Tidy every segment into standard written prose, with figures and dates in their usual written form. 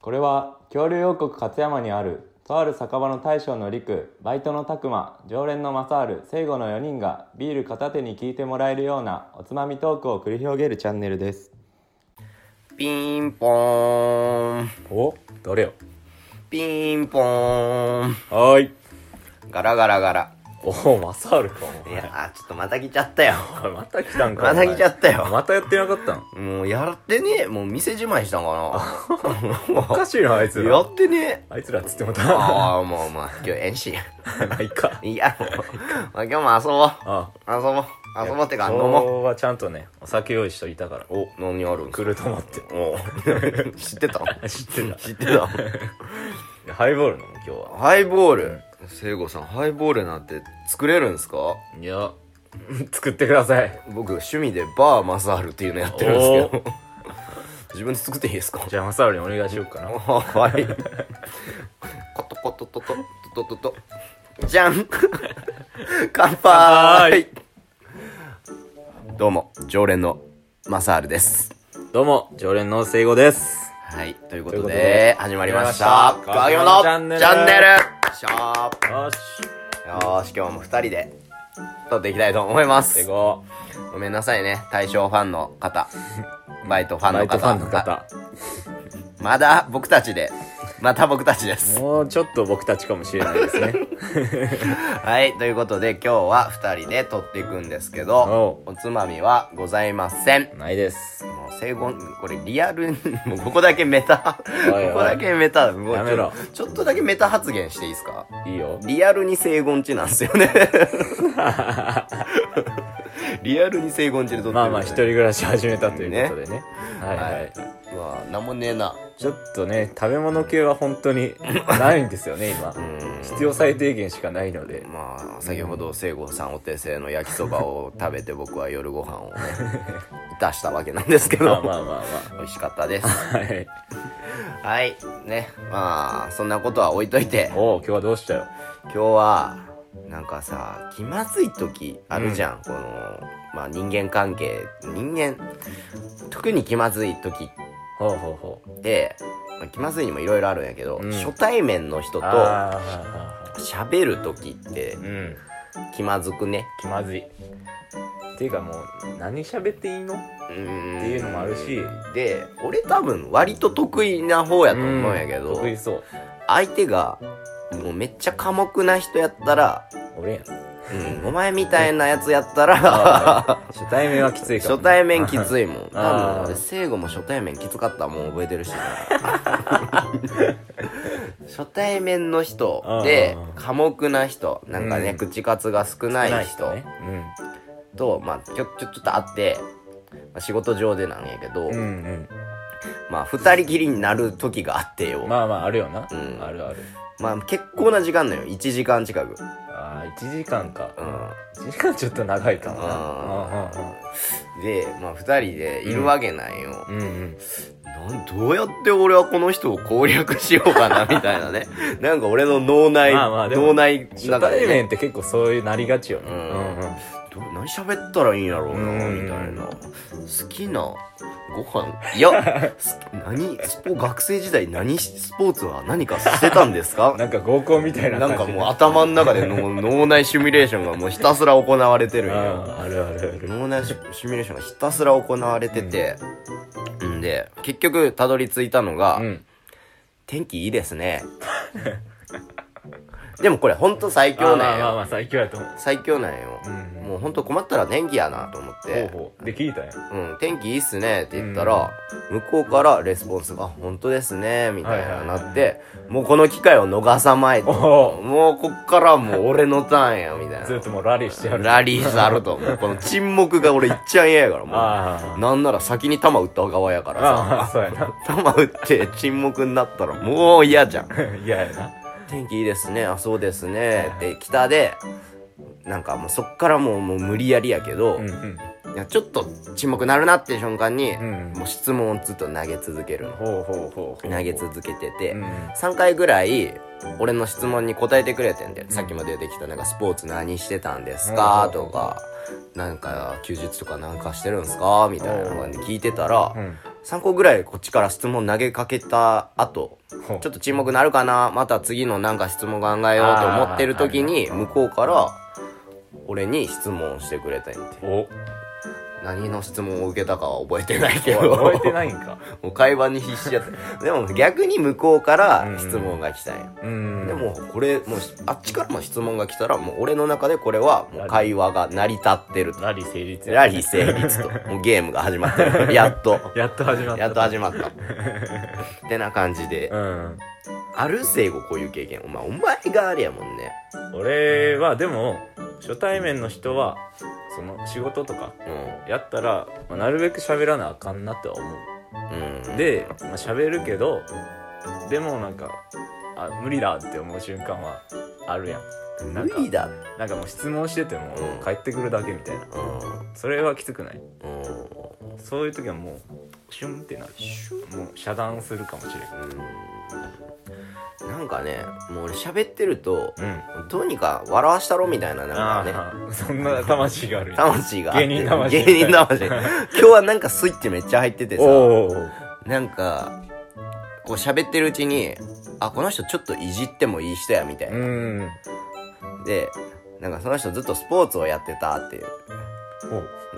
これは恐竜王国勝山にあるとある酒場の大将の陸、バイトの拓磨、常連の正治、聖護の4人がビール片手に聞いてもらえるようなおつまみトークを繰り広げるチャンネルです。 ピンポーン。 お、誰よ。 ピンポーン。 はーい。 ガラガラガラ。 おお、正治か。 いやちょっとまた来ちゃったよ。 また来たんか。 また来ちゃったよ。 またやってなかったん。 もうやってねえ。もう店じまいしたんかおかしいな、あいつら。 やってねえ。 あいつらっつってもた。 ああ、もうまあ、今日遠心。 まあいいか。 いや、もう、まあ今日も遊ぼう。遊ぼう。遊ぼうってか、飲もう。 今日はちゃんとね、お酒用意しといたから。 お、何あるん来ると思って。 お知ってた知ってた。 知ってたハイボール飲む今日は。 ハイボール。聖子さん、ハイボールなんて作れるんですか？ いや、作ってください。 僕、趣味でバーマサールっていうのやってるんですけど。自分で作っていいですか？ じゃあ、マサールにお願いしようかな。 はい。コトコトトトトトト。じゃん乾杯。どうも、常連のマサールです。 どうも、常連の聖護です。 はい、ということで、始まりました。ガギョのチャンネル。よし、今日も二人で撮っていきたいと思います。 ごめんなさいね、大将ファンの方、バイトファンの方。また僕たちです。 もうちょっと僕たちかもしれないですね。 はい、ということで今日は二人で撮っていくんですけど、おつまみはございません。 ないです。 もう生後、これリアルに、もうここだけメタ、ここだけメタ、 やめろ。 ちょっとだけメタ発言していいですか？ いいよ。 リアルに生後んちなんですよね。リアルに生後んちで撮ってる、ね。 まあ一人暮らし始めたということでね。はいはい。 まあ、なんもねえな。 ちょっとね、食べ物系は本当にないんですよね、今。必要最低限しかないので。 まあ、先ほど聖子さんお手製の焼きそばを食べて僕は夜ご飯をね、いたしたわけなんですけど。 まあ。 美味しかったです。 はい。 はい。ね。まあ、そんなことは置いといて。 今日はどうしたよ。 今日は、なんかさ、気まずい時あるじゃん。この、まあ人間関係、特に気まずい時で、まあ、気まずいにもいろいろあるんやけど、初対面の人と喋る時って気まずくね。 気まずいっていうか、もう何喋っていいのっていうのもあるし、 で俺多分割と得意な方やと思うんやけど、 得意そう。 相手がもうめっちゃ寡黙な人やったら、 俺やん。 お前みたいなやつやったら初対面はきついかも。 初対面きついもん。多分俺聖子も初対面きつかったもん覚えてるしな。初対面の人で寡黙な人、なんかね、口数が少ない人と、まあちょっと会って、まあ、仕事上でなんやけど、まあ二人きりになる時があってよ。 まああるよな。ある。 まあ結構な時間だよ。1時間近く。 1時間か。1時間ちょっと長いかもな。 で、まあ二人でいるわけなんよ。どうやって俺はこの人を攻略しようかなみたいなね。なんか俺の脳内初対面って結構そういうなりがちよね。 何喋ったらいいんやろうなみたいな。好きなご飯、いや学生時代スポーツは何かしてたんですか？ なんか合コンみたいな感じ。 なんかもう頭の中での脳内シミュレーションがもうひたすら行われてるんよ。 ある。 脳内シミュレーションがひたすら行われてて、んで結局たどり着いたのが、天気いいですね。でもこれほんと最強なんよ。 まあ最強やと思う。 最強なんよ。もうほんと困ったら天気やなと思って。 で、聞いたんや。 天気いいっすねって言ったら、向こうからレスポンスが、本当ですね、みたいななって、もうこの機会を逃さまいと。もうこっからもう俺のターンや、みたいな。 ずっともうラリーしてやる。 ラリーしてあると。もうこの沈黙が俺いっちゃん嫌やから、もう。なんなら先に弾撃った側やからさ。 そうやな。 弾撃って沈黙になったらもう嫌じゃん。 嫌やな。 天気いいですね、あ、そうですね、って北で、なんかもうそっからもう無理やりやけど、いやちょっと沈黙なるなっていう瞬間に、もう質問をずっと投げ続けるの。投げ続けてて、3回ぐらい俺の質問に答えてくれてんで、さっきも出てきたなんかスポーツ何してたんですかとか、 なんか休日とかなんかしてるんすかみたいな感じで聞いてたら、 うん、 3個ぐらいこっちから質問投げかけた後、ちょっと沈黙なるかな、また次のなんか質問考えようと思ってる時に向こうから俺に質問してくれたんやて。 お、 何の質問を受けたかは覚えてないけど覚えてないんかもう会話に必死やったでも逆に向こうから質問が来たんや、 うん、 でもこれもうあっちからも質問が来たらもう俺の中でこれはもう会話が成り立ってると、 ラリー成立ラリー成立ともうゲームが始まってるやっとやっと始まったやっと始まったってな感じで、 うん、 ある聖子こういう経験、お前があれやもんね。 俺はでも初対面の人はその仕事とかやったら、なるべく喋らなあかんなっては思う、 うん、 で、喋るけどでもなんか無理だって思う瞬間はあるやん。 無理だ。 なんかもう質問してても帰ってくるだけみたいな、 うん、 それはきつくない？ うん、 そういう時はもうシュンってなる、もう遮断するかもしれなんかね、もう俺喋ってると、 ん、 どうにか笑わしたろみたいな、なんかね、 そんな魂がある魂があって、 芸人魂芸人魂今日はなんかスイッチめっちゃ入っててさ、なんかこう喋ってるうちに、この人ちょっといじってもいい人やみたいな、でなんかその人ずっとスポーツをやってたっていう、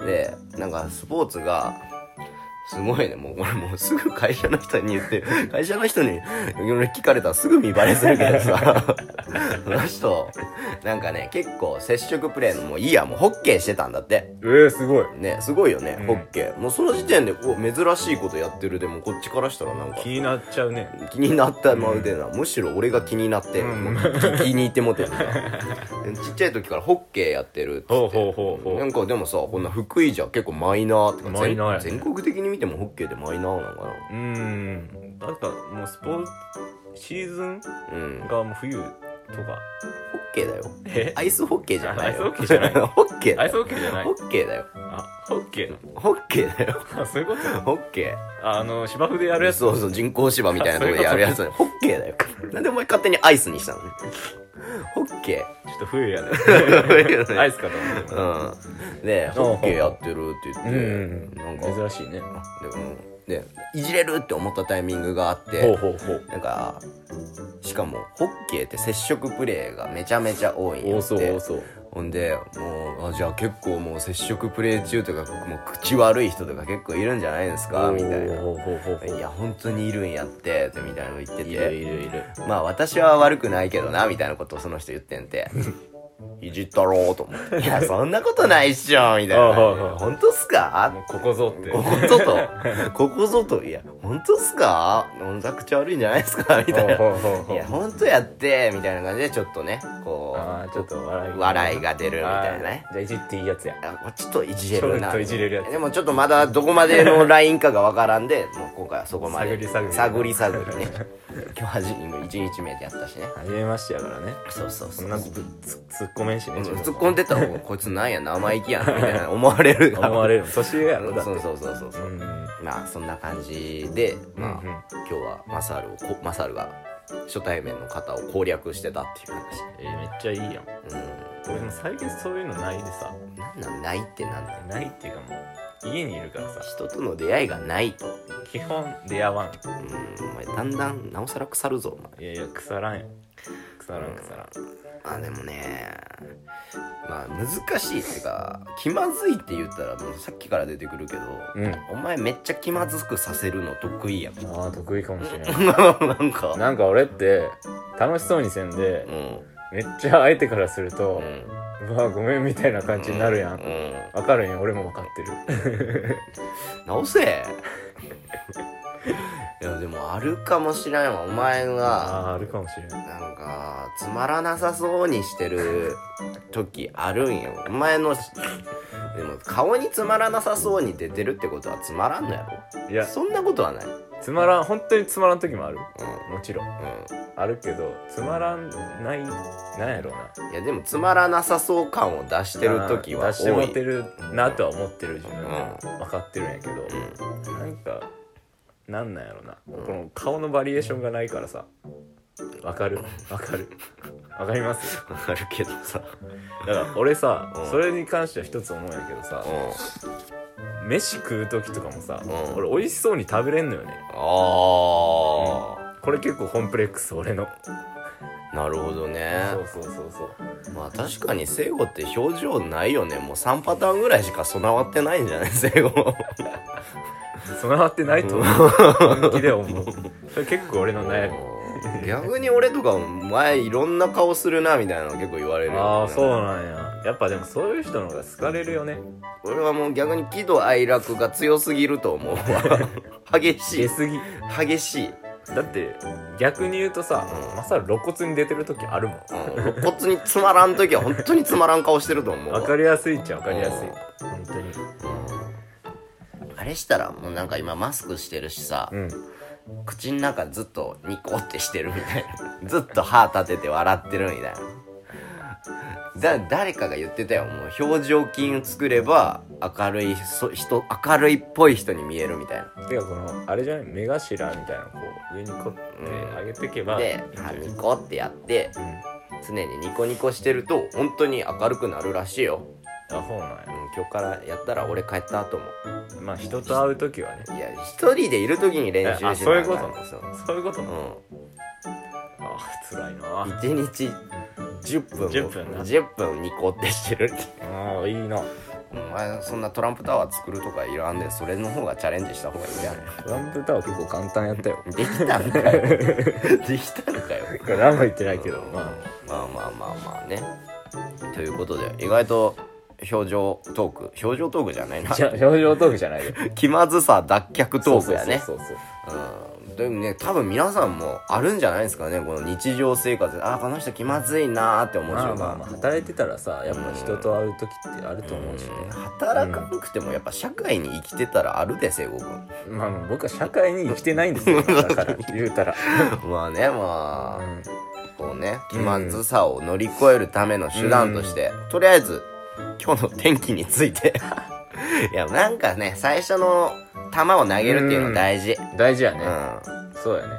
でなんかスポーツがすごいね、もう俺もうすぐ会社の人に言って会社の人に俺聞かれたらすぐ見バレするけどさその人なんかね、結構接触プレーのもういいや、もうホッケーしてたんだって。 すごいね、すごいよね、ホッケー。もうその時点で珍しいことやってる。でもこっちからしたらなんか気になっちゃうね。 気になったまうでな、むしろ俺が気になって、もう気に入ってもてるさちっちゃい時からホッケーやってるっつってなんかでもさ、こんな福井じゃ結構マイナーってか、 マイナーやね、 全国的に見てもホッケーってマイナーなのかな。 なんかもうスポーツシーズンがもう冬とか、 ホッケーだよ。アイスホッケーじゃないよ。 アイスホッケーじゃないホッケーだよ。 アイスホッケーじゃない。 ホッケーだよ。 ホッケーなの。 ホッケーだよ。 そういうこと。 ホッケー。芝生でやるやつ。 そうそう、人工芝みたいなところでやるやつ。ホッケーだよ。なんでお前勝手にアイスにしたのね。ホッケー。 ちょっと冬やね。アイスかと思って。 で、ホッケーやってるって言って、 なんか珍しいね。 でいじれるって思ったタイミングがあって、なんかしかもホッケーって接触プレーがめちゃめちゃ多いんやって。ほんでもうじゃあ結構もう接触プレー中とかもう口悪い人とか結構いるんじゃないですかみたいな。いや本当にいるんやってみたいなの言ってて、いるまあ私は悪くないけどなみたいなことをその人言ってんていじったろうと思って、いやそんなことないっしょみたいな。本当っすか、 ここぞってここぞといや本当っすか、めちゃくちゃ悪いんじゃないですかみたいな。いや本当やってみたいな感じでちょっとね、こうちょっと笑いが出るみたいなね。 じゃあいじっていいやつや。 ちょっといじれるな。 ちょっといじれるやつ。 でもちょっとまだどこまでのラインかがわからんで、もう今回はそこまで探りね。今日1日目でやったしね。 初めましてやからね。 そうそんな突っ込めんしね。 突っ込んでたらこいつなんや生意気やなみたいな思われる年上やろだって。 そうまあそんな感じで、まあ今日はマサルが初対面の方を攻略してたっていう話。 めっちゃいいやん。俺も最近そういうのないでさ。 なんないってなんだよ。 ないっていうかもう家にいるからさ、 人との出会いがないと基本出会わん。 お前だんだんなおさら腐るぞお前。 いや腐らんよ。腐らん。 でもね、まあ難しいってか気まずいって言ったらもうさっきから出てくるけど、お前めっちゃ気まずくさせるの得意やん。 得意かもしれないなんか俺って楽しそうにせんで、めっちゃ相手からすると、うわごめんみたいな感じになるやん。わかるんよ、俺もわかってる。 直せいやでもあるかもしれんわ、お前があるかもしれん。 なんかつまらなさそうにしてる時あるんよお前の。でも顔につまらなさそうに出てるってことはつまらんのやろ。いやそんなことはない。 本当につまらん時もある、もちろん、あるけどつまらんないなんやろうな。 いやでもつまらなさそう感を出してる時は多い。 出してもってるなとは思ってる自分で分かってるんやけど、なんかなんやろな、この顔のバリエーションがないからさ、 わかるわかりますわかるけどさ、 だから俺さ、 うんそれに関しては一つ思うんやけどさ、飯食う時とかもさ、俺美味しそうに食べれんのよね。これ結構コンプレックス俺の。 なるほどね。 そうまあ確かに聖子って表情ないよね。もう3パターンぐらいしか備わってないんじゃない聖子。 備わってないと思う。本気で思う。それ結構俺の悩み。 逆に俺とか前いろんな顔するなみたいなの結構言われるよ、ね、 ああそうなんや。やっぱでもそういう人の方が好かれるよね。 俺はもう逆に喜怒哀楽が強すぎると思うわ。激しい出すぎ。 激しい。 だって逆に言うとさ、まさ露骨に出てる時あるもん。 露骨につまらん時は本当につまらん顔してると思うわ。 わかりやすいっちゃわかりやすい、本当に。 あれしたらもうなんか今マスクしてるしさ、口の中ずっとニコってしてるみたいな。ずっと歯立てて笑ってるみたいな。誰かが言ってたよ。もう表情筋作れば明るい明るいっぽい人に見えるみたいな。 てかこのあれじゃない、目頭みたいなこう上にこって上げていけば、 でニコってやって、常にニコニコしてると本当に明るくなるらしいよ。 あ、そうなんや。 今日からやったら俺帰った後も。 まあ人と会う時はね。 いや一人でいる時に練習しながら。 そういうことね。そういうことね。あ、辛いな。 1日10分ニコってしてる。 ああ、いいな。 お前そんなトランプタワー作るとかいらんで、それの方がチャレンジした方がいいんじゃない？ トランプタワー結構簡単やったよ。 できたのかよ。できたのかよ。 これ何も言ってないけど、 まあね。ということで意外と表情トークじゃないな。 表情トークじゃないよ。 気まずさ脱却トークやね。 そう。 でもね、多分皆さんもあるんじゃないですかね、この日常生活で。あ、この人気まずいなーって思う瞬間。 まあ働いてたらさ、やっぱ人と会う時ってあると思うしね。 働かなくてもやっぱ社会に生きてたらあるで、聖子君。 まあ僕は社会に生きてないんですよ。だから言うたら。 まあね、こうね、気まずさを乗り越えるための手段として、とりあえず今日の天気について。いや、なんかね、最初の球を投げるっていうの大事。 大事やね。そうやね。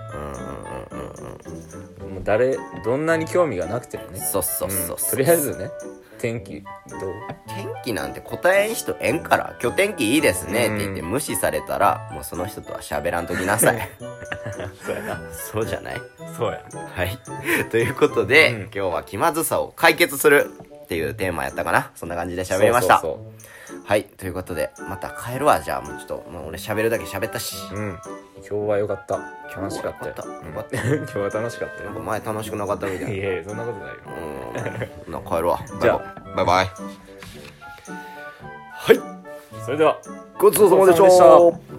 もうどんなに興味がなくてもね。 そう。 とりあえずね、天気どう？ 天気なんて答えん人えんから、今日天気いいですねって言って無視されたら、もうその人とは喋らんときなさい。 そうやな。 そうじゃない？ そうや。 はい。ということで、今日は気まずさを解決するっていうテーマやったかな。そんな感じで喋りました。はい。ということで、また帰るわ。じゃあもうちょっと、もう俺喋るだけ喋ったし。 今日は良かった。楽しかったよ。今日は楽しかったよ。 前楽しくなかったみたいな。 いやそんなことないよ。 な帰るわ。 じゃあバイバイ。はい。 それではごちそうさまでした。